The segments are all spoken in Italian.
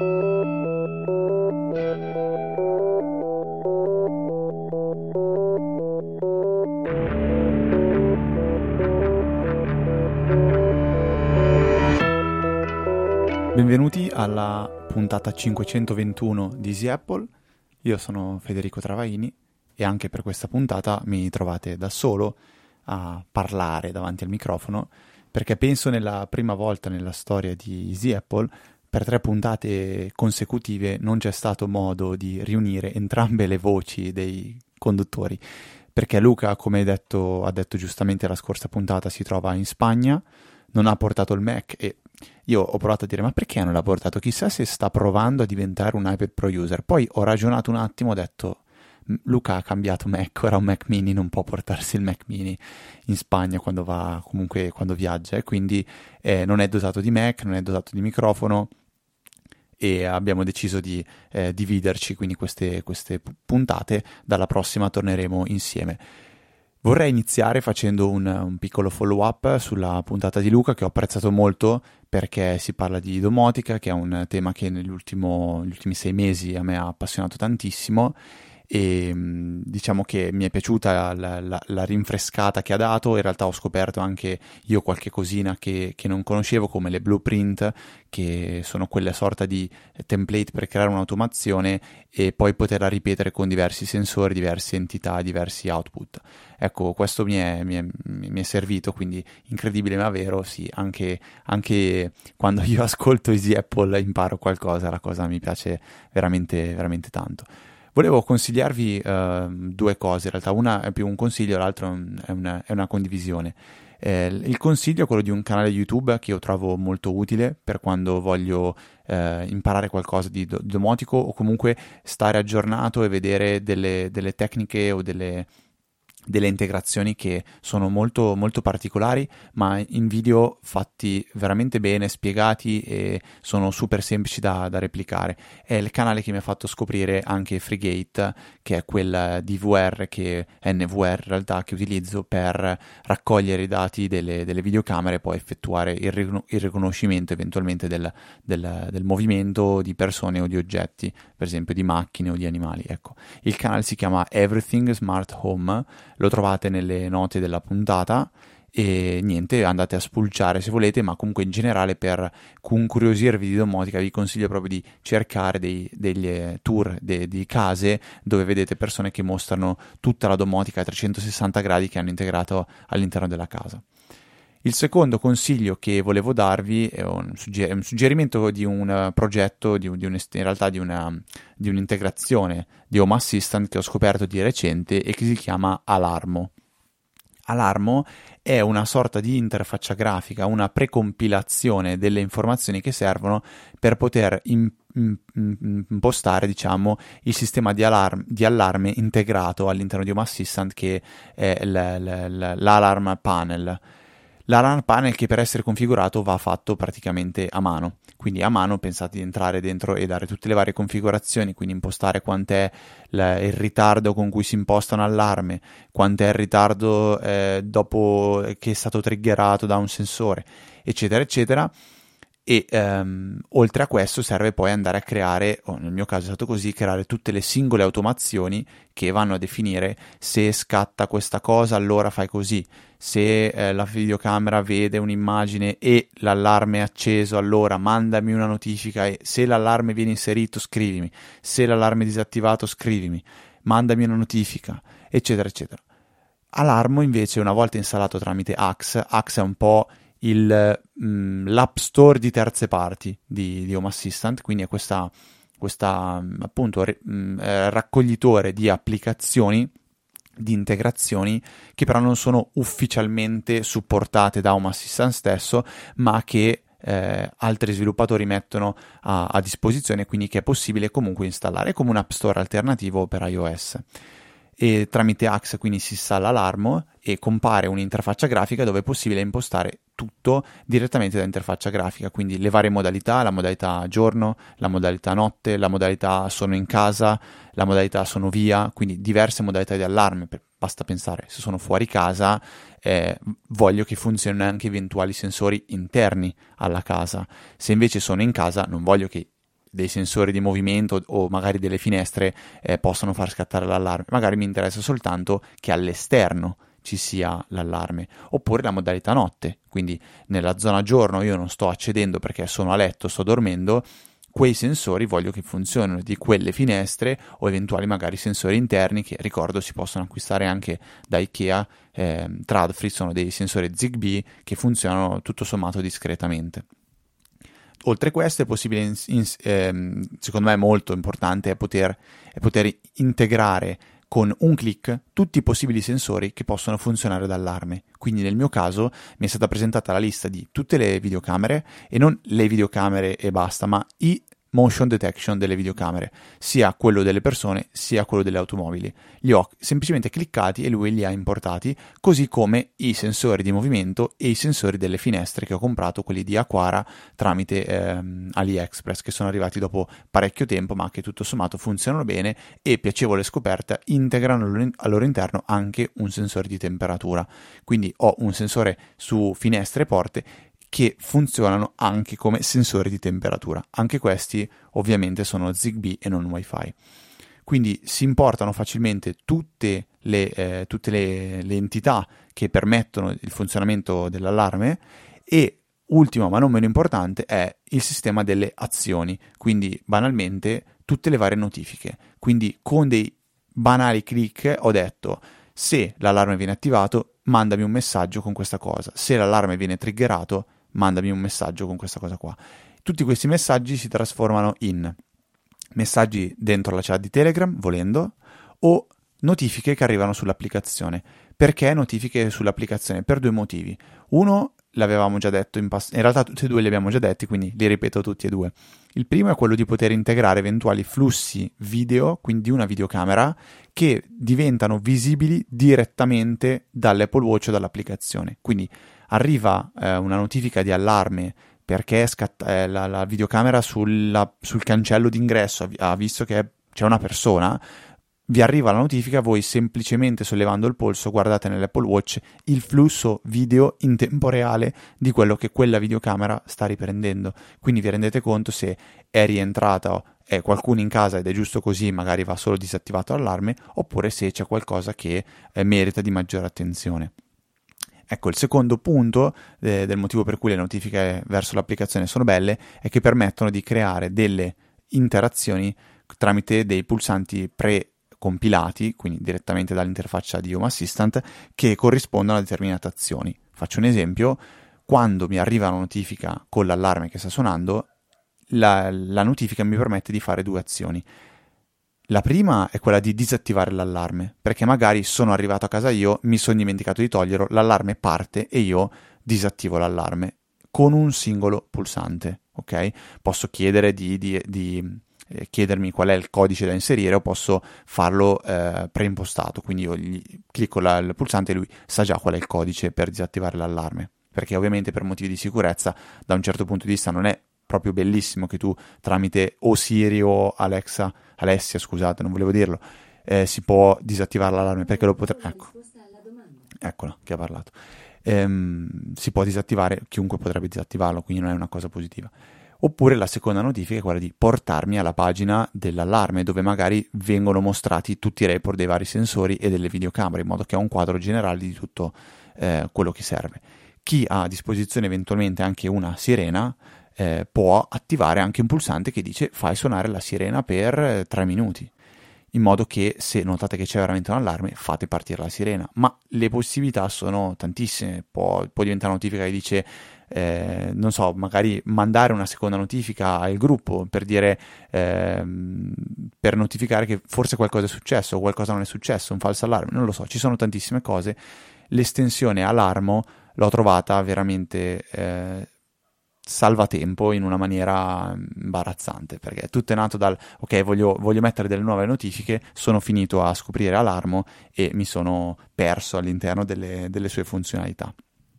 Benvenuti alla puntata 521 di Easy Apple. Io sono Federico Travaini e anche per questa puntata mi trovate da solo a parlare davanti al microfono, perché penso nella prima volta nella storia di Easy Apple per 3 puntate consecutive non c'è stato modo di riunire entrambe le voci dei conduttori, perché Luca, come ha detto giustamente la scorsa puntata, si trova in Spagna, non ha portato il Mac e io ho provato a dire ma perché non l'ha portato? Chissà se sta provando a diventare un iPad Pro user. Poi ho ragionato un attimo, ho detto Luca ha cambiato Mac, ora un Mac mini, non può portarsi il Mac mini in Spagna quando va, comunque quando viaggia, e quindi non è dotato di Mac, non è dotato di microfono e abbiamo deciso di dividerci, quindi queste puntate, dalla prossima torneremo insieme. Vorrei iniziare facendo un piccolo follow up sulla puntata di Luca che ho apprezzato molto, perché si parla di domotica, che è un tema che negli ultimi 6 mesi a me ha appassionato tantissimo, e diciamo che mi è piaciuta la rinfrescata che ha dato. In realtà ho scoperto anche io qualche cosina che non conoscevo, come le blueprint, che sono quelle sorta di template per creare un'automazione e poi poterla ripetere con diversi sensori, diverse entità, diversi output. Ecco, questo mi è servito, quindi incredibile ma vero, sì, anche quando io ascolto Easy Apple imparo qualcosa, la cosa mi piace veramente, veramente tanto. Volevo consigliarvi 2 cose, in realtà una è più un consiglio, l'altro è una condivisione. Il consiglio è quello di un canale YouTube che io trovo molto utile per quando voglio imparare qualcosa di domotico, o comunque stare aggiornato e vedere delle tecniche o delle integrazioni che sono molto, molto particolari, ma in video fatti veramente bene, spiegati, e sono super semplici da replicare. È il canale che mi ha fatto scoprire anche FreeGate, che è quel DVR, che NVR in realtà, che utilizzo per raccogliere i dati delle videocamere e poi effettuare il riconoscimento eventualmente del movimento di persone o di oggetti, per esempio di macchine o di animali. Ecco, il canale si chiama Everything Smart Home, lo trovate nelle note della puntata, e niente, andate a spulciare se volete, ma comunque in generale per incuriosirvi di domotica vi consiglio proprio di cercare degli tour di case dove vedete persone che mostrano tutta la domotica a 360 gradi che hanno integrato all'interno della casa. Il secondo consiglio che volevo darvi è un suggerimento di un progetto, in realtà di un'integrazione di Home Assistant che ho scoperto di recente e che si chiama Alarmo. Alarmo è una sorta di interfaccia grafica, una precompilazione delle informazioni che servono per poter impostare, diciamo, il sistema di allarme integrato all'interno di Home Assistant, che è l'Alarm Panel. L'Alarm Panel, che per essere configurato va fatto praticamente a mano, quindi a mano pensate di entrare dentro e dare tutte le varie configurazioni, quindi impostare quant'è il ritardo con cui si imposta un allarme, quant'è il ritardo dopo che è stato triggerato da un sensore, eccetera eccetera. E oltre a questo serve poi andare a creare, o nel mio caso è stato così, creare tutte le singole automazioni che vanno a definire: se scatta questa cosa allora fai così, se la videocamera vede un'immagine e l'allarme è acceso allora mandami una notifica, e se l'allarme viene inserito scrivimi, se l'allarme è disattivato scrivimi, mandami una notifica, eccetera eccetera. Alarmo invece, una volta installato tramite Axe è un po' l'app store di terze parti di Home Assistant, quindi è questa appunto raccoglitore di applicazioni, di integrazioni che però non sono ufficialmente supportate da Home Assistant stesso, ma che altri sviluppatori mettono a disposizione, quindi che è possibile comunque installare come un app store alternativo per iOS. E tramite Axe quindi si installa Alarmo e compare un'interfaccia grafica dove è possibile impostare tutto direttamente da interfaccia grafica, quindi le varie modalità, la modalità giorno, la modalità notte, la modalità sono in casa, la modalità sono via, quindi diverse modalità di allarme. Basta pensare, se sono fuori casa voglio che funzionino anche eventuali sensori interni alla casa, se invece sono in casa non voglio che dei sensori di movimento o magari delle finestre possono far scattare l'allarme, magari mi interessa soltanto che all'esterno ci sia l'allarme, oppure la modalità notte, quindi nella zona giorno io non sto accedendo perché sono a letto, sto dormendo, quei sensori voglio che funzionino di quelle finestre o eventuali magari sensori interni che ricordo si possono acquistare anche da IKEA, Tradfri, sono dei sensori Zigbee che funzionano tutto sommato discretamente. Oltre a questo è possibile, secondo me molto importante, è poter integrare con un click tutti i possibili sensori che possono funzionare d'allarme. Quindi nel mio caso mi è stata presentata la lista di tutte le videocamere, e non le videocamere e basta, ma i motion detection delle videocamere, sia quello delle persone sia quello delle automobili. Li ho semplicemente cliccati e lui li ha importati, così come i sensori di movimento e i sensori delle finestre che ho comprato, quelli di Aquara tramite AliExpress, che sono arrivati dopo parecchio tempo ma che tutto sommato funzionano bene e, piacevole scoperta, integrano al loro interno anche un sensore di temperatura. Quindi ho un sensore su finestre e porte che funzionano anche come sensori di temperatura. Anche questi ovviamente sono Zigbee e non Wi-Fi. Quindi si importano facilmente tutte le entità che permettono il funzionamento dell'allarme, e ultimo ma non meno importante è il sistema delle azioni, quindi banalmente tutte le varie notifiche. Quindi con dei banali click ho detto: se l'allarme viene attivato, mandami un messaggio con questa cosa; se l'allarme viene triggerato, mandami un messaggio con questa cosa qua. Tutti questi messaggi si trasformano in messaggi dentro la chat di Telegram, volendo, o notifiche che arrivano sull'applicazione. Perché notifiche sull'applicazione? Per due motivi. Uno, l'avevamo già detto in realtà tutti e due li abbiamo già detti, quindi li ripeto tutti e due. Il primo è quello di poter integrare eventuali flussi video, quindi una videocamera, che diventano visibili direttamente dall'Apple Watch o dall'applicazione. Quindi arriva una notifica di allarme perché la videocamera sul cancello d'ingresso ha visto che c'è una persona, vi arriva la notifica, voi semplicemente sollevando il polso guardate nell'Apple Watch il flusso video in tempo reale di quello che quella videocamera sta riprendendo. Quindi vi rendete conto se è rientrata, è qualcuno in casa ed è giusto così, magari va solo disattivato l'allarme, oppure se c'è qualcosa che merita di maggiore attenzione. Ecco, il secondo punto del motivo per cui le notifiche verso l'applicazione sono belle è che permettono di creare delle interazioni tramite dei pulsanti precompilati, quindi direttamente dall'interfaccia di Home Assistant, che corrispondono a determinate azioni. Faccio un esempio: quando mi arriva una notifica con l'allarme che sta suonando, la notifica mi permette di fare due azioni. La prima è quella di disattivare l'allarme, perché magari sono arrivato a casa io, mi sono dimenticato di toglierlo, l'allarme parte e io disattivo l'allarme con un singolo pulsante, ok? Posso chiedere di chiedermi qual è il codice da inserire, o posso farlo preimpostato, quindi io gli clicco il pulsante e lui sa già qual è il codice per disattivare l'allarme, perché ovviamente per motivi di sicurezza da un certo punto di vista non è proprio bellissimo che tu tramite o Siri o Alessia, scusate, non volevo dirlo, si può disattivare l'allarme, perché lo potrebbe... Eccola, che ha parlato. Si può disattivare, chiunque potrebbe disattivarlo, quindi non è una cosa positiva. Oppure la seconda notifica è quella di portarmi alla pagina dell'allarme, dove magari vengono mostrati tutti i report dei vari sensori e delle videocamere, in modo che ho un quadro generale di tutto quello che serve. Chi ha a disposizione eventualmente anche una sirena può attivare anche un pulsante che dice: fai suonare la sirena per 3 minuti, in modo che se notate che c'è veramente un allarme fate partire la sirena. Ma le possibilità sono tantissime. Può diventare una notifica che dice non so, magari mandare una seconda notifica al gruppo per dire per notificare che forse qualcosa è successo o qualcosa non è successo, un falso allarme, non lo so, ci sono tantissime cose. L'estensione Alarmo l'ho trovata veramente salvatempo in una maniera imbarazzante, perché tutto è nato dal ok, voglio mettere delle nuove notifiche, sono finito a scoprire Alarmo e mi sono perso all'interno delle sue funzionalità.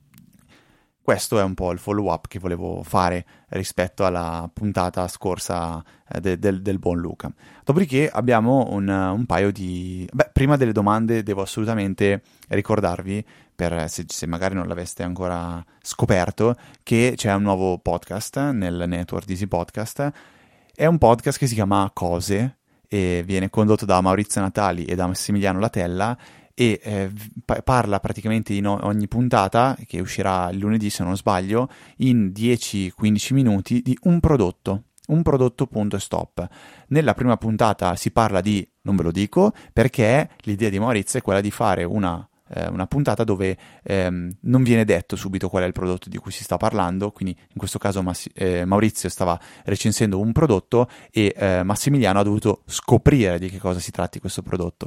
Questo è un po' il follow up che volevo fare rispetto alla puntata scorsa del buon Luca. Dopodiché abbiamo un paio di... prima delle domande devo assolutamente ricordarvi, se magari non l'aveste ancora scoperto, che c'è un nuovo podcast nel network Easy Podcast. È un podcast che si chiama Cose e viene condotto da Maurizio Natali e da Massimiliano Latella e parla praticamente in ogni puntata, che uscirà il lunedì se non sbaglio, in 10-15 minuti di un prodotto punto e stop. Nella prima puntata si parla di, non ve lo dico, perché l'idea di Maurizio è quella di fare una puntata dove non viene detto subito qual è il prodotto di cui si sta parlando, quindi in questo caso Maurizio stava recensendo un prodotto e Massimiliano ha dovuto scoprire di che cosa si tratti questo prodotto.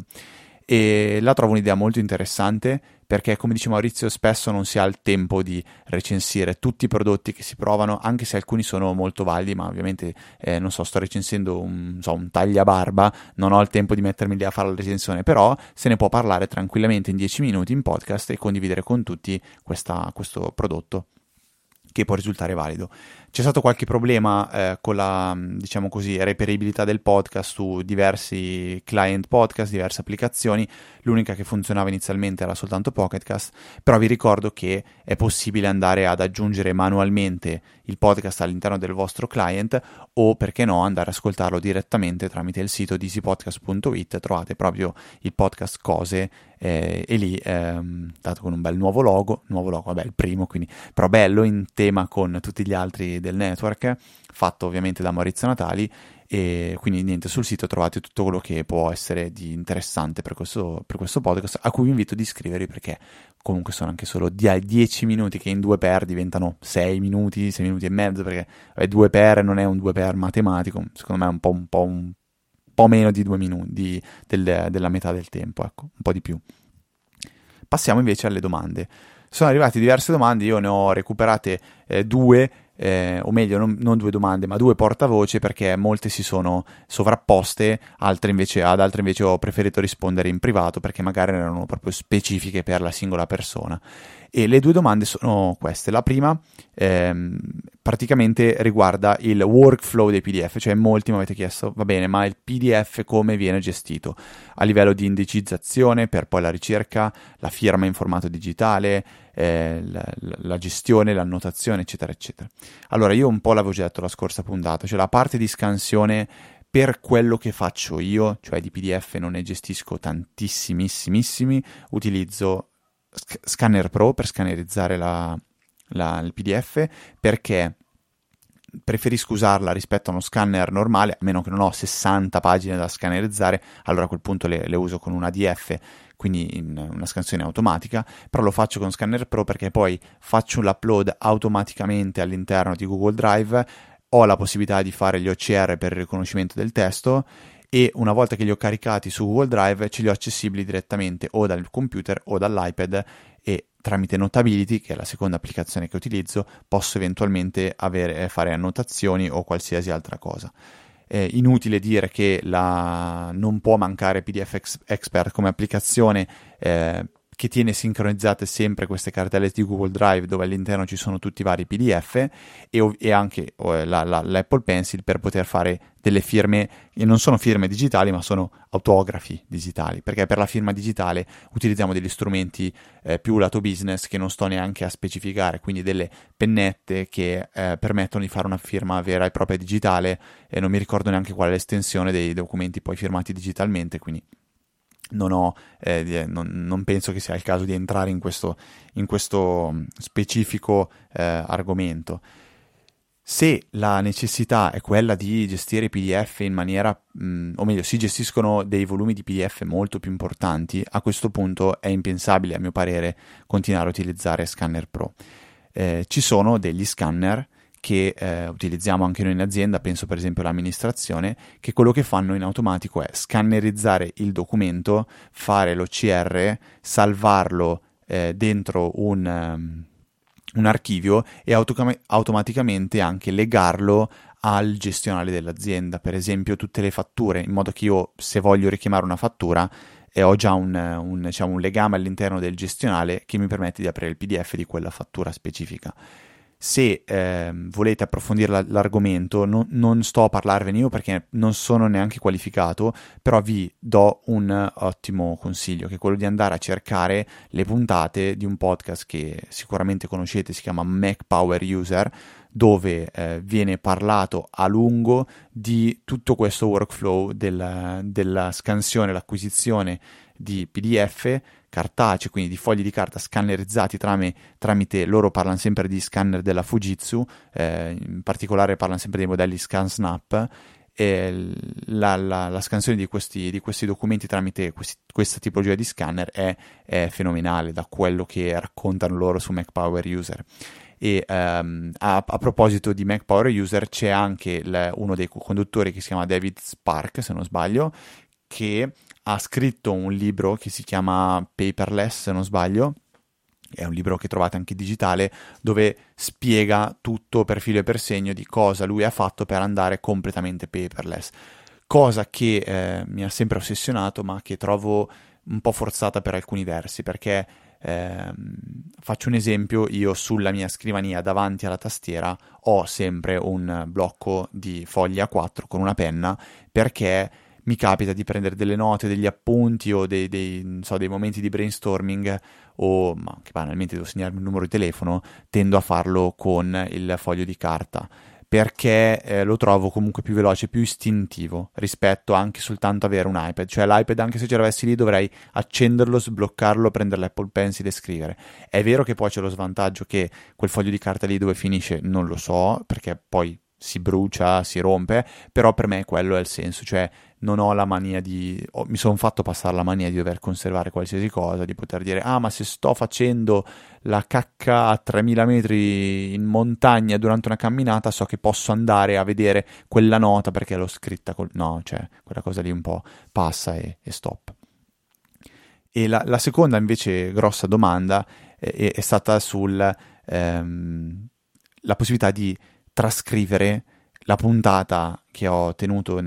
E la trovo un'idea molto interessante perché, come dice Maurizio, spesso non si ha il tempo di recensire tutti i prodotti che si provano, anche se alcuni sono molto validi, ma ovviamente non so, sto recensendo un tagliabarba, non ho il tempo di mettermi lì a fare la recensione, però se ne può parlare tranquillamente in 10 minuti in podcast e condividere con tutti questo prodotto che può risultare valido. C'è stato qualche problema con la, diciamo così, reperibilità del podcast su diversi client podcast, diverse applicazioni. L'unica che funzionava inizialmente era soltanto Pocket Cast, però vi ricordo che è possibile andare ad aggiungere manualmente il podcast all'interno del vostro client o, perché no, andare ad ascoltarlo direttamente tramite il sito di easypodcast.it. Trovate proprio il podcast Cose e lì, dato con un bel nuovo logo, vabbè, il primo, quindi, però bello, in tema con tutti gli altri del network, fatto ovviamente da Maurizio Natali, e quindi niente, sul sito trovate tutto quello che può essere di interessante per questo podcast, a cui vi invito ad iscrivervi perché comunque sono anche solo 10 minuti che in 2x diventano 6 minuti e mezzo, perché 2x non è un 2x matematico, secondo me è un po' meno di 2 minuti della metà del tempo, ecco, un po' di più. Passiamo invece alle domande. Sono arrivate diverse domande, io ne ho recuperate due, o meglio non due domande ma due portavoce, perché molte si sono sovrapposte, ad altre invece ho preferito rispondere in privato perché magari erano proprio specifiche per la singola persona. E le due domande sono queste. La prima praticamente riguarda il workflow dei PDF, cioè molti mi avete chiesto, va bene, ma il PDF come viene gestito? A livello di indicizzazione, per poi la ricerca, la firma in formato digitale, la gestione, l'annotazione, eccetera, eccetera. Allora, io un po' l'avevo già detto la scorsa puntata, cioè la parte di scansione per quello che faccio io, cioè di PDF non ne gestisco tantissimissimi, utilizzo Scanner Pro per scannerizzare il PDF, perché preferisco usarla rispetto a uno scanner normale, a meno che non ho 60 pagine da scannerizzare, allora a quel punto le uso con un ADF, quindi in una scansione automatica, però lo faccio con Scanner Pro perché poi faccio l'upload automaticamente all'interno di Google Drive, ho la possibilità di fare gli OCR per il riconoscimento del testo e una volta che li ho caricati su Google Drive ce li ho accessibili direttamente o dal computer o dall'iPad, e tramite Notability, che è la seconda applicazione che utilizzo, posso eventualmente fare annotazioni o qualsiasi altra cosa. Inutile dire che non può mancare PDF Expert come applicazione che tiene sincronizzate sempre queste cartelle di Google Drive dove all'interno ci sono tutti i vari PDF e anche l'Apple Pencil per poter fare delle firme, e non sono firme digitali ma sono autografi digitali, perché per la firma digitale utilizziamo degli strumenti più lato business che non sto neanche a specificare, quindi delle pennette che permettono di fare una firma vera e propria digitale, e non mi ricordo neanche qual è l'estensione dei documenti poi firmati digitalmente, quindi non penso che sia il caso di entrare in questo specifico argomento. Se la necessità è quella di gestire i PDF in maniera, o meglio, si gestiscono dei volumi di PDF molto più importanti, a questo punto è impensabile, a mio parere, continuare a utilizzare Scanner Pro. Ci sono degli scanner che utilizziamo anche noi in azienda, penso per esempio all'amministrazione, che quello che fanno in automatico è scannerizzare il documento, fare l'OCR, salvarlo dentro un archivio e automaticamente anche legarlo al gestionale dell'azienda, per esempio tutte le fatture, in modo che io, se voglio richiamare una fattura, ho già un legame all'interno del gestionale che mi permette di aprire il PDF di quella fattura specifica. Se volete approfondire l'argomento, non sto a parlarvene io perché non sono neanche qualificato, però vi do un ottimo consiglio, che è quello di andare a cercare le puntate di un podcast che sicuramente conoscete, si chiama Mac Power User, dove viene parlato a lungo di tutto questo workflow della scansione, l'acquisizione di PDF cartacei, quindi di fogli di carta scannerizzati tramite, loro parlano sempre di scanner della Fujitsu, in particolare parlano sempre dei modelli ScanSnap. La scansione di questi documenti tramite questa tipologia di scanner è fenomenale, da quello che raccontano loro su Mac Power User. E a proposito di Mac Power User, c'è anche uno dei conduttori che si chiama David Spark, se non sbaglio, che ha scritto un libro che si chiama Paperless, se non sbaglio. È un libro che trovate anche digitale, dove spiega tutto per filo e per segno di cosa lui ha fatto per andare completamente paperless. Cosa che mi ha sempre ossessionato, ma che trovo un po' forzata per alcuni versi, perché faccio un esempio: io sulla mia scrivania davanti alla tastiera ho sempre un blocco di fogli A4 con una penna, perché mi capita di prendere delle note, degli appunti o dei momenti di brainstorming, ma anche banalmente devo segnarmi un numero di telefono, tendo a farlo con il foglio di carta, perché lo trovo comunque più veloce, più istintivo rispetto anche soltanto avere un iPad. Cioè l'iPad, anche se ce l'avessi lì, dovrei accenderlo, sbloccarlo, prendere l'Apple Pencil e scrivere. È vero che poi c'è lo svantaggio che quel foglio di carta lì dove finisce non lo so, perché poi si brucia, si rompe, però per me quello è il senso. Cioè non ho la mania mi sono fatto passare la mania di dover conservare qualsiasi cosa, di poter dire ma se sto facendo la cacca a 3000 metri in montagna durante una camminata, so che posso andare a vedere quella nota perché l'ho scritta no, cioè quella cosa lì un po' passa e stop. E la seconda invece grossa domanda è stata la possibilità di trascrivere la puntata che ho tenuto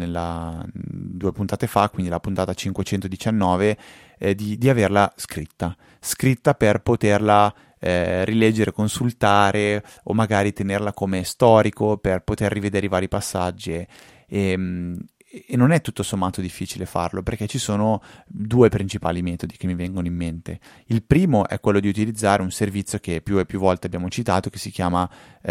2 puntate fa, quindi la puntata 519, di averla scritta per poterla rileggere, consultare, o magari tenerla come storico per poter rivedere i vari passaggi. E non è tutto sommato difficile farlo, perché ci sono 2 principali metodi che mi vengono in mente. Il primo è quello di utilizzare un servizio che più e più volte abbiamo citato, che si chiama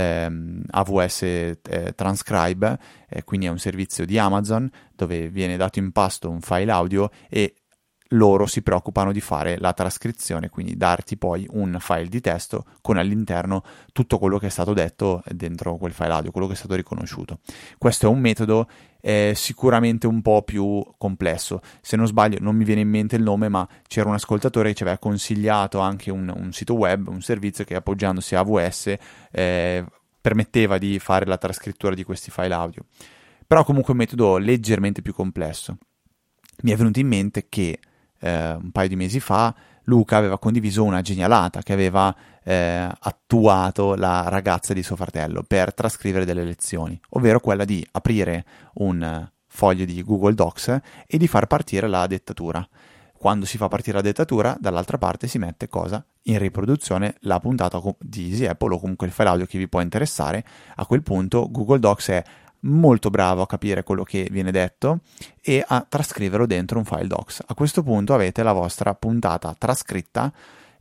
AWS Transcribe, quindi è un servizio di Amazon dove viene dato in pasto un file audio e loro si preoccupano di fare la trascrizione, quindi darti poi un file di testo con all'interno tutto quello che è stato detto dentro quel file audio, quello che è stato riconosciuto. Questo è un metodo sicuramente un po' più complesso. Se non sbaglio, non mi viene in mente il nome, ma c'era un ascoltatore che ci aveva consigliato anche un sito web, un servizio che, appoggiandosi a AWS, permetteva di fare la trascrittura di questi file audio. Però comunque è un metodo leggermente più complesso. Mi è venuto in mente che un paio di mesi fa Luca aveva condiviso una genialata che aveva attuato la ragazza di suo fratello per trascrivere delle lezioni, ovvero quella di aprire un foglio di Google Docs e di far partire la dettatura. Quando si fa partire la dettatura, dall'altra parte si mette cosa? In riproduzione la puntata di Easy Apple o comunque il file audio che vi può interessare. A quel punto Google Docs è molto bravo a capire quello che viene detto e a trascriverlo dentro un file docs. A questo punto avete la vostra puntata trascritta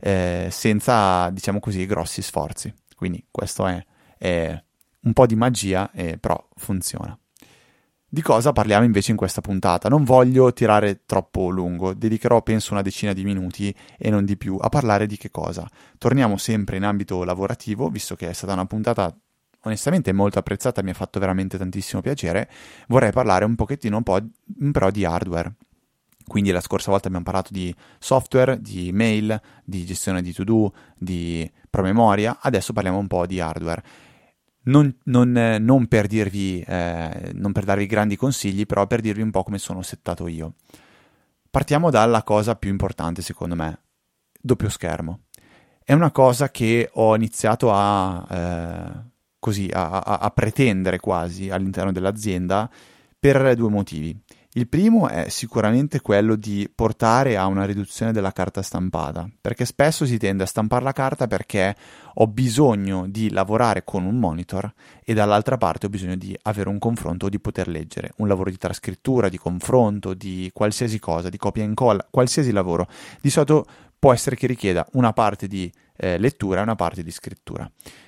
senza, diciamo così, grossi sforzi. Quindi questo è un po' di magia, però funziona. Di cosa parliamo invece in questa puntata? Non voglio tirare troppo lungo, dedicherò penso una decina di minuti e non di più a parlare di che cosa. Torniamo sempre in ambito lavorativo, visto che è stata una puntata onestamente molto apprezzata, mi ha fatto veramente tantissimo piacere. Vorrei parlare un pochettino però di hardware. Quindi la scorsa volta abbiamo parlato di software, di mail, di gestione di to-do, di promemoria, adesso parliamo un po' di hardware. Non per dirvi, non per darvi grandi consigli, però per dirvi un po' come sono settato io. Partiamo dalla cosa più importante secondo me, doppio schermo. È una cosa che ho iniziato a pretendere quasi all'interno dell'azienda per 2 motivi. Il primo è sicuramente quello di portare a una riduzione della carta stampata, perché spesso si tende a stampare la carta perché ho bisogno di lavorare con un monitor e dall'altra parte ho bisogno di avere un confronto o di poter leggere, un lavoro di trascrittura, di confronto, di qualsiasi cosa, di copia e incolla, qualsiasi lavoro. Di solito può essere che richieda una parte di lettura e una parte di scrittura.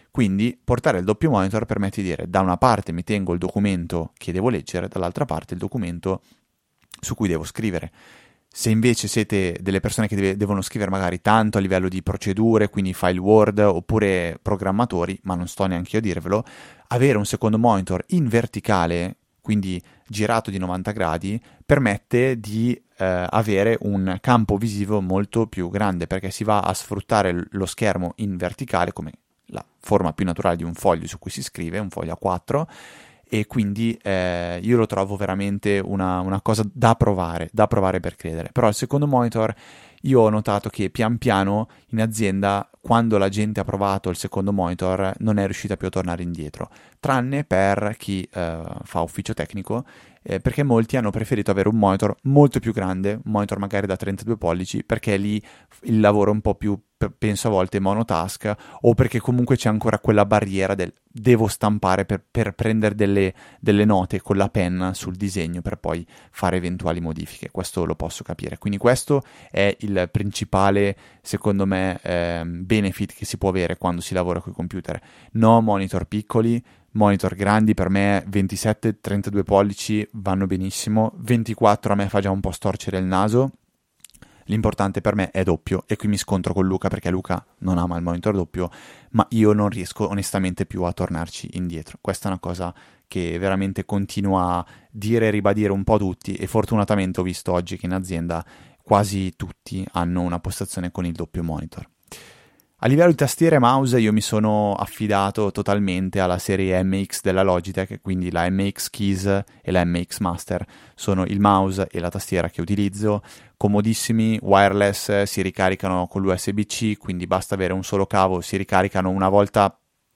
Quindi portare il doppio monitor permette di dire da una parte mi tengo il documento che devo leggere, dall'altra parte il documento su cui devo scrivere. Se invece siete delle persone che devono scrivere magari tanto a livello di procedure, quindi file Word oppure programmatori, ma non sto neanche io a dirvelo, avere un secondo monitor in verticale, quindi girato di 90 gradi, permette di avere un campo visivo molto più grande, perché si va a sfruttare lo schermo in verticale come la forma più naturale di un foglio su cui si scrive, un foglio A4, e quindi io lo trovo veramente una cosa da provare per credere. Però il secondo monitor, io ho notato che pian piano in azienda, quando la gente ha provato il secondo monitor, non è riuscita più a tornare indietro, tranne per chi fa ufficio tecnico, perché molti hanno preferito avere un monitor molto più grande, un monitor magari da 32 pollici, perché lì il lavoro è un po' più, penso a volte, monotask, o perché comunque c'è ancora quella barriera del devo stampare per prendere delle note con la penna sul disegno per poi fare eventuali modifiche. Questo lo posso capire. Quindi questo è il principale, secondo me, benefit che si può avere quando si lavora con i computer. No monitor piccoli, monitor grandi. Per me 27-32 pollici vanno benissimo, 24 a me fa già un po' storcere il naso. L'importante per me è doppio, e qui mi scontro con Luca perché Luca non ama il monitor doppio, ma io non riesco onestamente più a tornarci indietro. Questa è una cosa che veramente continua a dire e ribadire un po' tutti, e fortunatamente ho visto oggi che in azienda quasi tutti hanno una postazione con il doppio monitor. A livello di tastiere e mouse io mi sono affidato totalmente alla serie MX della Logitech, quindi la MX Keys e la MX Master sono il mouse e la tastiera che utilizzo, comodissimi, wireless, si ricaricano con l'USB-C, quindi basta avere un solo cavo, si ricaricano una volta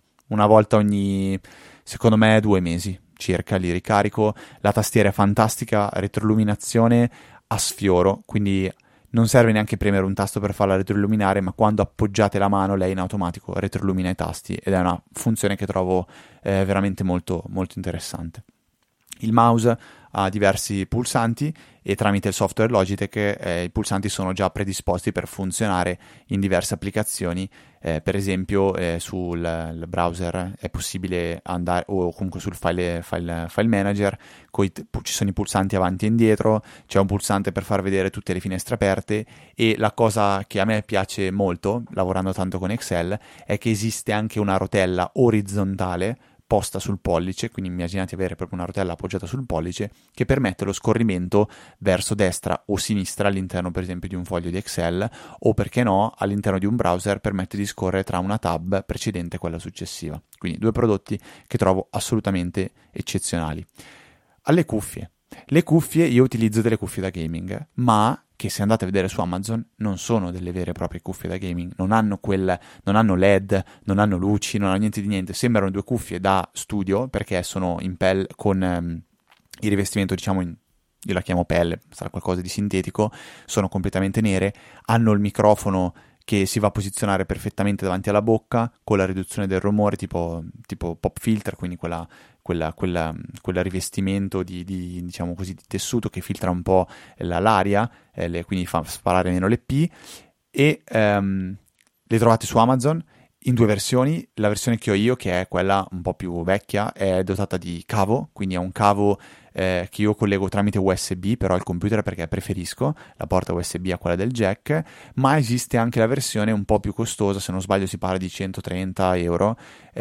ogni, secondo me, 2 mesi circa li ricarico. La tastiera è fantastica, retroilluminazione a sfioro, quindi non serve neanche premere un tasto per farla retroilluminare, ma quando appoggiate la mano lei in automatico retroillumina i tasti, ed è una funzione che trovo veramente molto, molto interessante. Il mouse ha diversi pulsanti e tramite il software Logitech i pulsanti sono già predisposti per funzionare in diverse applicazioni. Per esempio sul browser è possibile andare, o comunque sul file manager, ci sono i pulsanti avanti e indietro, c'è un pulsante per far vedere tutte le finestre aperte, e la cosa che a me piace molto, lavorando tanto con Excel, è che esiste anche una rotella orizzontale posta sul pollice, quindi immaginate avere proprio una rotella appoggiata sul pollice che permette lo scorrimento verso destra o sinistra all'interno, per esempio, di un foglio di Excel, o perché no all'interno di un browser permette di scorrere tra una tab precedente e quella successiva. Quindi 2 prodotti che trovo assolutamente eccezionali. Alle cuffie. Le cuffie, io utilizzo delle cuffie da gaming, ma che se andate a vedere su Amazon non sono delle vere e proprie cuffie da gaming, non hanno LED, non hanno luci, non hanno niente di niente, sembrano 2 cuffie da studio perché sono in pelle, con il rivestimento, diciamo, io la chiamo pelle, sarà qualcosa di sintetico, sono completamente nere, hanno il microfono che si va a posizionare perfettamente davanti alla bocca con la riduzione del rumore tipo pop filter, quindi quel rivestimento di diciamo così, di tessuto che filtra un po' l'aria, quindi fa sparare meno le P, e le trovate su Amazon in 2 versioni. La versione che ho io, che è quella un po' più vecchia, è dotata di cavo, quindi è un cavo che io collego tramite USB però al computer, perché preferisco la porta USB a quella del jack, ma esiste anche la versione un po' più costosa, se non sbaglio si parla di 130 euro,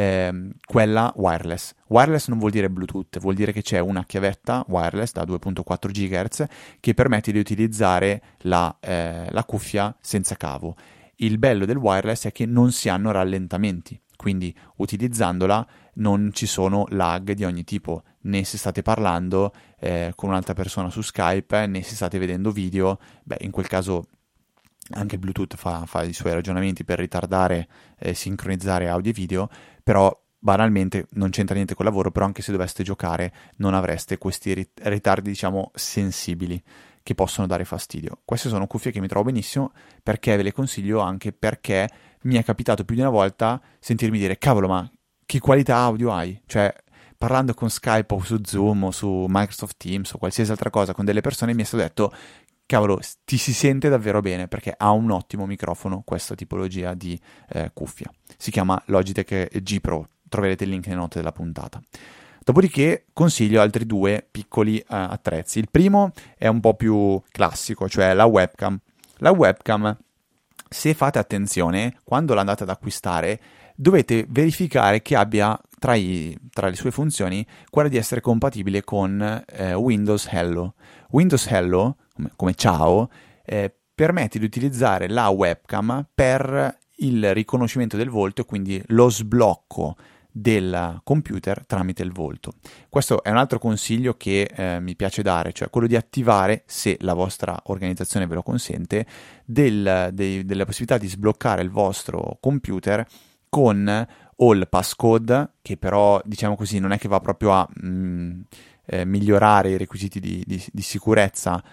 quella wireless. Wireless non vuol dire Bluetooth, vuol dire che c'è una chiavetta wireless da 2.4 GHz che permette di utilizzare la cuffia senza cavo. Il bello del wireless è che non si hanno rallentamenti, quindi utilizzandola non ci sono lag di ogni tipo, né se state parlando con un'altra persona su Skype, né se state vedendo video. In quel caso anche Bluetooth fa i suoi ragionamenti per ritardare e sincronizzare audio e video, però banalmente non c'entra niente col lavoro, però anche se doveste giocare non avreste questi ritardi, diciamo, sensibili che possono dare fastidio. Queste sono cuffie che mi trovo benissimo, perché ve le consiglio anche perché mi è capitato più di una volta sentirmi dire: cavolo, ma che qualità audio hai? Cioè, parlando con Skype o su Zoom o su Microsoft Teams o qualsiasi altra cosa con delle persone, mi è stato detto: cavolo, ti si sente davvero bene perché ha un ottimo microfono questa tipologia di cuffia. Si chiama Logitech G Pro, troverete il link nelle note della puntata. Dopodiché consiglio altri due piccoli attrezzi. Il primo è un po' più classico, cioè la webcam. La webcam, se fate attenzione, quando l'andate ad acquistare, dovete verificare che abbia tra le sue funzioni quella di essere compatibile con Windows Hello. Windows Hello, come ciao, permette di utilizzare la webcam per il riconoscimento del volto e quindi lo sblocco del computer tramite il volto. Questo è un altro consiglio che mi piace dare, cioè quello di attivare, se la vostra organizzazione ve lo consente, della possibilità di sbloccare il vostro computer con All Passcode, che però, diciamo così, non è che va proprio a migliorare i requisiti di sicurezza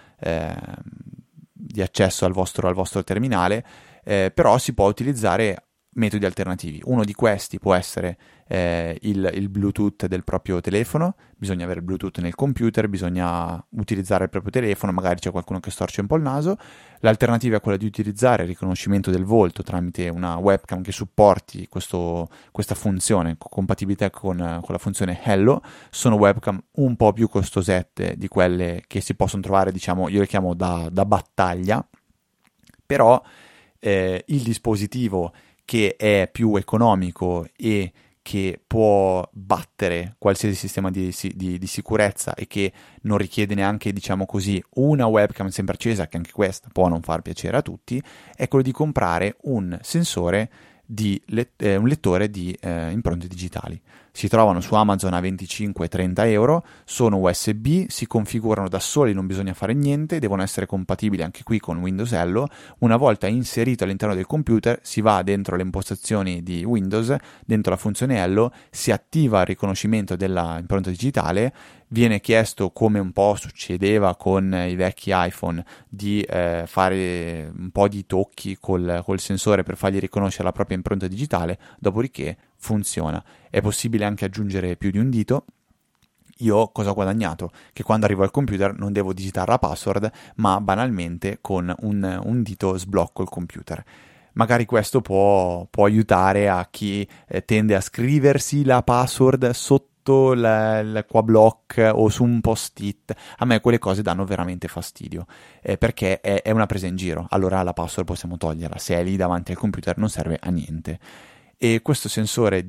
di accesso al vostro terminale, però si può utilizzare metodi alternativi. Uno di questi può essere il Bluetooth del proprio telefono. Bisogna avere il Bluetooth nel computer, bisogna utilizzare il proprio telefono, magari c'è qualcuno che storce un po' il naso. L'alternativa è quella di utilizzare il riconoscimento del volto tramite una webcam che supporti questa funzione, compatibilità con la funzione Hello. Sono webcam un po' più costosette di quelle che si possono trovare, diciamo, io le chiamo da battaglia, però il dispositivo che è più economico e che può battere qualsiasi sistema di sicurezza e che non richiede neanche, diciamo così, una webcam sempre accesa, che anche questa può non far piacere a tutti, è quello di comprare un sensore un lettore di impronte digitali. Si trovano su Amazon a 25-30 euro, sono USB, si configurano da soli, non bisogna fare niente, devono essere compatibili anche qui con Windows Hello. Una volta inserito all'interno del computer, si va dentro le impostazioni di Windows, dentro la funzione Hello, si attiva il riconoscimento della impronta digitale, viene chiesto, come un po' succedeva con i vecchi iPhone, di fare un po' di tocchi col sensore per fargli riconoscere la propria impronta digitale, dopodiché funziona. È possibile anche aggiungere più di un dito. Io cosa ho guadagnato? Che quando arrivo al computer non devo digitare la password, ma banalmente con un dito sblocco il computer. Magari questo può aiutare a chi tende a scriversi la password sotto il qua block o su un post-it. A me quelle cose danno veramente fastidio, perché è una presa in giro. Allora la password possiamo toglierla, se è lì davanti al computer non serve a niente. E questo sensore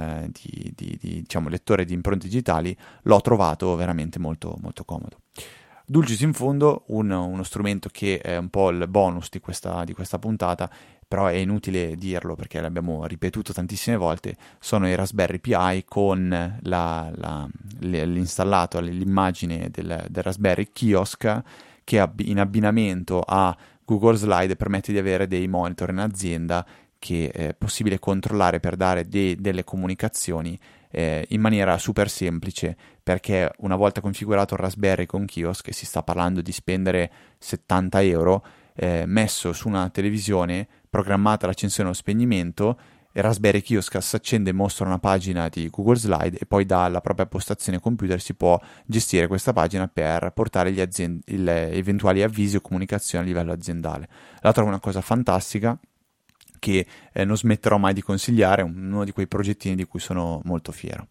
diciamo, lettore di impronte digitali l'ho trovato veramente molto, molto comodo. Dulcis in fondo, uno strumento che è un po' il bonus di questa puntata, però è inutile dirlo perché l'abbiamo ripetuto tantissime volte, sono i Raspberry Pi con l'installato, l'immagine del Raspberry Kiosk, che in abbinamento a Google Slide permette di avere dei monitor in azienda che è possibile controllare per dare delle comunicazioni in maniera super semplice, perché una volta configurato il Raspberry con Kiosk, si sta parlando di spendere 70 euro, messo su una televisione, programmata l'accensione o lo spegnimento, il Raspberry Kiosk si accende e mostra una pagina di Google Slide, e poi dalla propria postazione computer si può gestire questa pagina per portare gli eventuali avvisi o comunicazioni a livello aziendale. La trovo una cosa fantastica che non smetterò mai di consigliare, uno di quei progettini di cui sono molto fiero.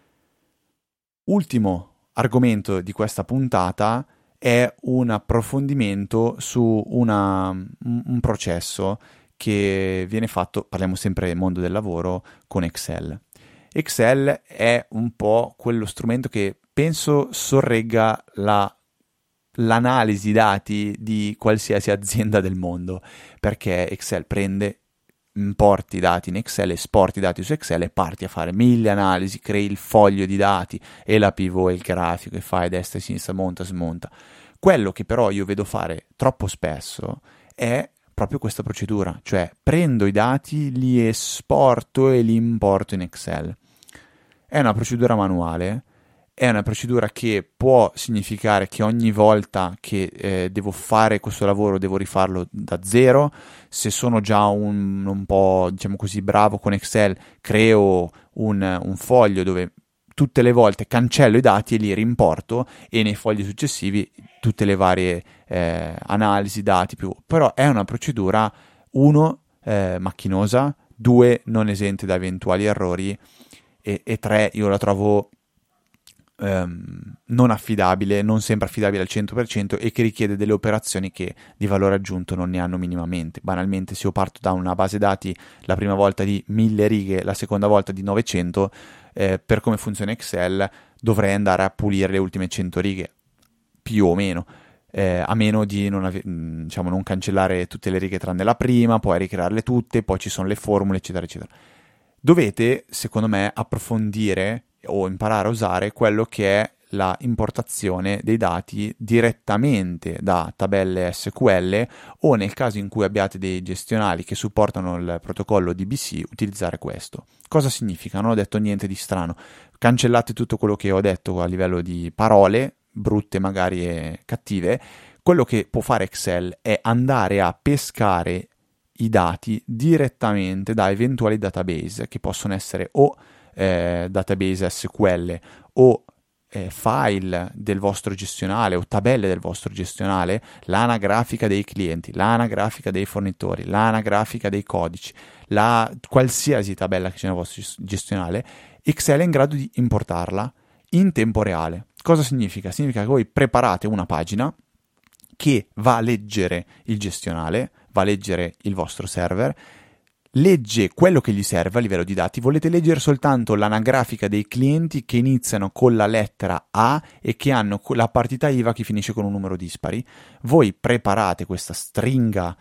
Ultimo argomento di questa puntata è un approfondimento su un processo che viene fatto, parliamo sempre del mondo del lavoro, con Excel. Excel è un po' quello strumento che penso sorregga l'analisi dati di qualsiasi azienda del mondo, perché Excel importi i dati in Excel, esporti i dati su Excel e parti a fare 1000 analisi, crei il foglio di dati e la pivot e il grafico e fai destra e sinistra, monta, smonta. Quello che però io vedo fare troppo spesso è proprio questa procedura, cioè prendo i dati, li esporto e li importo in Excel. È una procedura manuale, è una procedura che può significare che ogni volta che devo fare questo lavoro devo rifarlo da zero. Se sono già un po', diciamo così, bravo con Excel, creo un foglio dove tutte le volte cancello i dati e li rimporto, e nei fogli successivi tutte le varie analisi, dati più. Però è una procedura, uno, macchinosa, due, non esente da eventuali errori, e tre, io la trovo non affidabile, non sempre affidabile al 100%, e che richiede delle operazioni che di valore aggiunto non ne hanno minimamente. Banalmente, se io parto da una base dati la prima volta di 1000 righe, la seconda volta di 900, per come funziona Excel dovrei andare a pulire le ultime 100 righe, più o meno. A meno di non cancellare tutte le righe tranne la prima, poi ricrearle tutte, poi ci sono le formule, eccetera, eccetera. Dovete, secondo me, approfondire o imparare a usare quello che è la importazione dei dati direttamente da tabelle SQL, o nel caso in cui abbiate dei gestionali che supportano il protocollo DBC, utilizzare questo. Cosa significa? Non ho detto niente di strano. Cancellate tutto quello che ho detto a livello di parole, brutte magari e cattive. Quello che può fare Excel è andare a pescare i dati direttamente da eventuali database, che possono essere o database SQL o file del vostro gestionale o tabelle del vostro gestionale, l'anagrafica dei clienti, l'anagrafica dei fornitori, l'anagrafica dei codici, qualsiasi tabella che c'è nel vostro gestionale. Excel è in grado di importarla in tempo reale. Cosa significa? Significa che voi preparate una pagina che va a leggere il gestionale, va a leggere il vostro server, legge quello che gli serve a livello di dati. Volete leggere soltanto l'anagrafica dei clienti che iniziano con la lettera A e che hanno la partita IVA che finisce con un numero dispari. Voi preparate questa stringa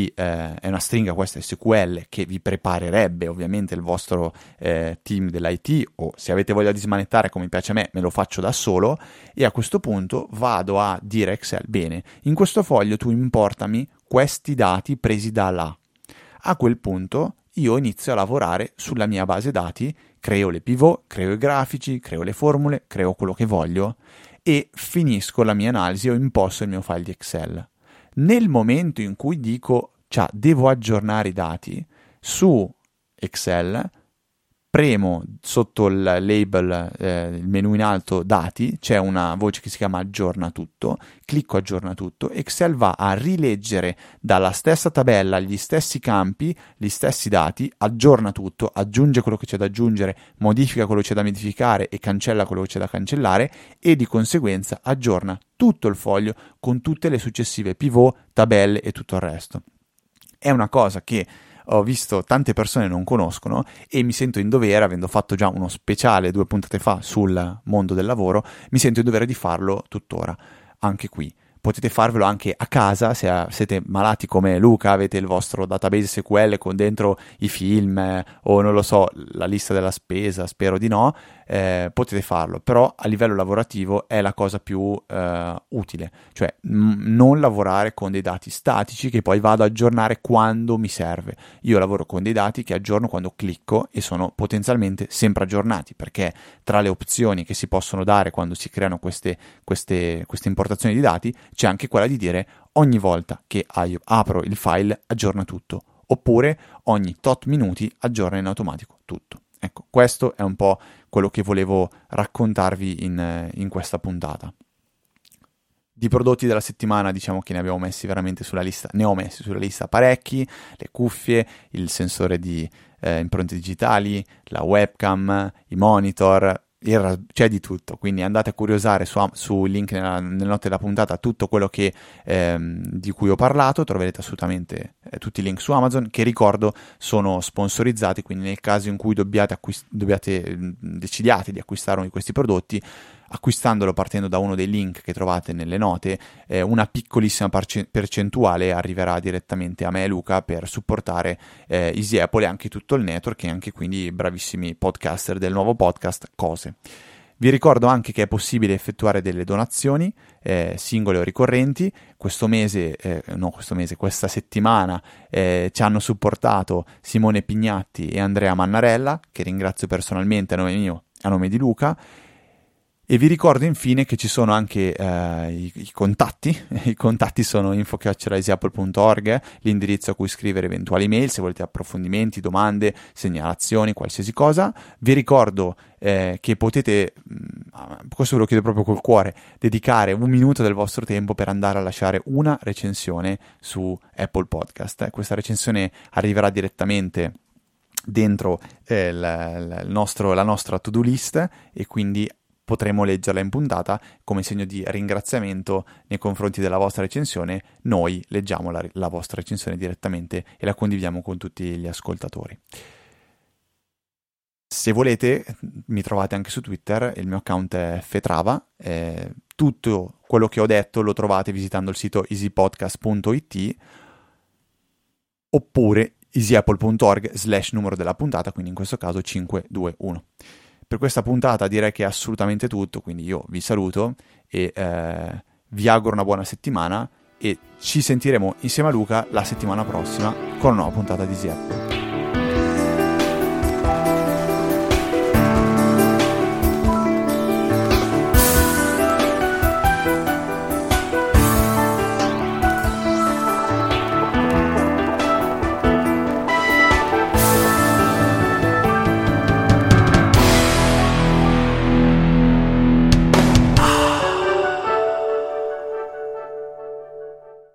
è una stringa, questa SQL, che vi preparerebbe ovviamente il vostro team dell'IT, o se avete voglia di smanettare come piace a me, me lo faccio da solo, e a questo punto vado a dire a Excel: bene, in questo foglio tu importami questi dati presi da là. A quel punto io inizio a lavorare sulla mia base dati, creo le pivot, creo i grafici, creo le formule, creo quello che voglio e finisco la mia analisi o imposto il mio file di Excel. Nel momento in cui dico, devo aggiornare i dati, su Excel premo sotto il label, il menu in alto dati, c'è una voce che si chiama aggiorna tutto, clicco aggiorna tutto, Excel va a rileggere dalla stessa tabella gli stessi campi, gli stessi dati, aggiorna tutto, aggiunge quello che c'è da aggiungere, modifica quello che c'è da modificare e cancella quello che c'è da cancellare, e di conseguenza aggiorna tutto il foglio con tutte le successive pivot, tabelle e tutto il resto. È una cosa che ho visto tante persone non conoscono, e mi sento in dovere, avendo fatto già uno speciale 2 puntate fa sul mondo del lavoro, mi sento in dovere di farlo tuttora, anche qui. Potete farvelo anche a casa, se siete malati come Luca, avete il vostro database SQL con dentro i film o non lo so, la lista della spesa, spero di no, potete farlo, però a livello lavorativo è la cosa più utile, cioè non lavorare con dei dati statici che poi vado ad aggiornare quando mi serve. Io lavoro con dei dati che aggiorno quando clicco e sono potenzialmente sempre aggiornati, perché tra le opzioni che si possono dare quando si creano queste importazioni di dati c'è anche quella di dire: ogni volta che apro il file aggiorna tutto, oppure ogni tot minuti aggiorna in automatico tutto. Ecco, questo è un po' quello che volevo raccontarvi in questa puntata. Di prodotti della settimana, diciamo che ne abbiamo messi veramente sulla lista, ne ho messi sulla lista parecchi: le cuffie, il sensore di impronte digitali, la webcam, i monitor, c'è di tutto, quindi andate a curiosare su link nelle note della puntata tutto quello di cui ho parlato. Troverete assolutamente tutti i link su Amazon, che ricordo sono sponsorizzati, quindi nel caso in cui decidiate di acquistare uno di questi prodotti, acquistandolo partendo da uno dei link che trovate nelle note, una piccolissima percentuale arriverà direttamente a me e Luca per supportare Easy Apple e anche tutto il network, e anche quindi bravissimi podcaster del nuovo podcast Cose. Vi ricordo anche che è possibile effettuare delle donazioni singole o ricorrenti. Questa settimana ci hanno supportato Simone Pignatti e Andrea Mannarella, che ringrazio personalmente a nome mio, a nome di Luca. E vi ricordo infine che ci sono anche i contatti. I contatti sono info@easyapple.org, l'indirizzo a cui scrivere eventuali mail se volete approfondimenti, domande, segnalazioni, qualsiasi cosa. Vi ricordo che potete, questo ve lo chiedo proprio col cuore, dedicare 1 minuto del vostro tempo per andare a lasciare una recensione su Apple Podcast. Questa recensione arriverà direttamente dentro la nostra to-do list, e quindi potremo leggerla in puntata come segno di ringraziamento nei confronti della vostra recensione. Noi leggiamo la vostra recensione direttamente e la condividiamo con tutti gli ascoltatori. Se volete, mi trovate anche su Twitter, il mio account è Fetrava. Tutto quello che ho detto lo trovate visitando il sito easypodcast.it oppure easyapple.org/numero della puntata, quindi in questo caso 521. Per questa puntata direi che è assolutamente tutto, quindi io vi saluto e vi auguro una buona settimana, e ci sentiremo insieme a Luca la settimana prossima con una nuova puntata di Easy Apple.